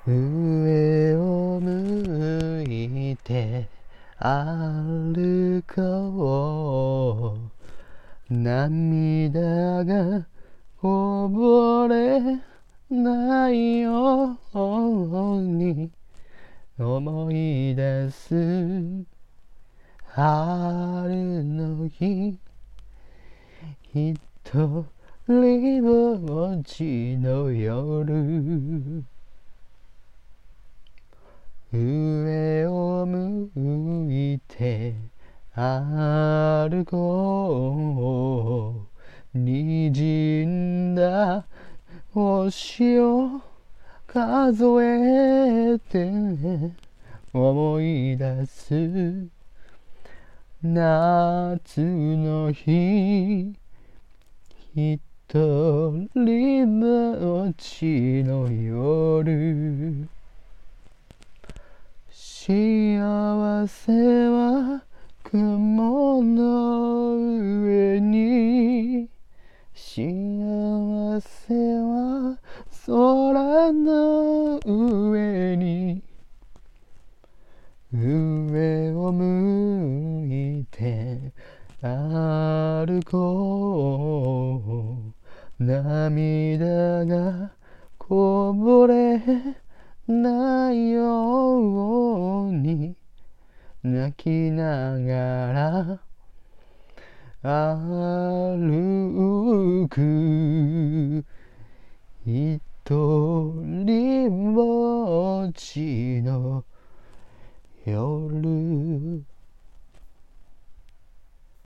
上を向いて歩こう、涙がこぼれないように思い出す春の日、一人ぼっちの夜、上を向いて歩こう、滲んだ星を数えて思い出す夏の日、一人ぼっちの夜、幸せは雲の上に、幸せは空の上に、上を向いて歩こう、涙がこぼれないように泣きながら歩く。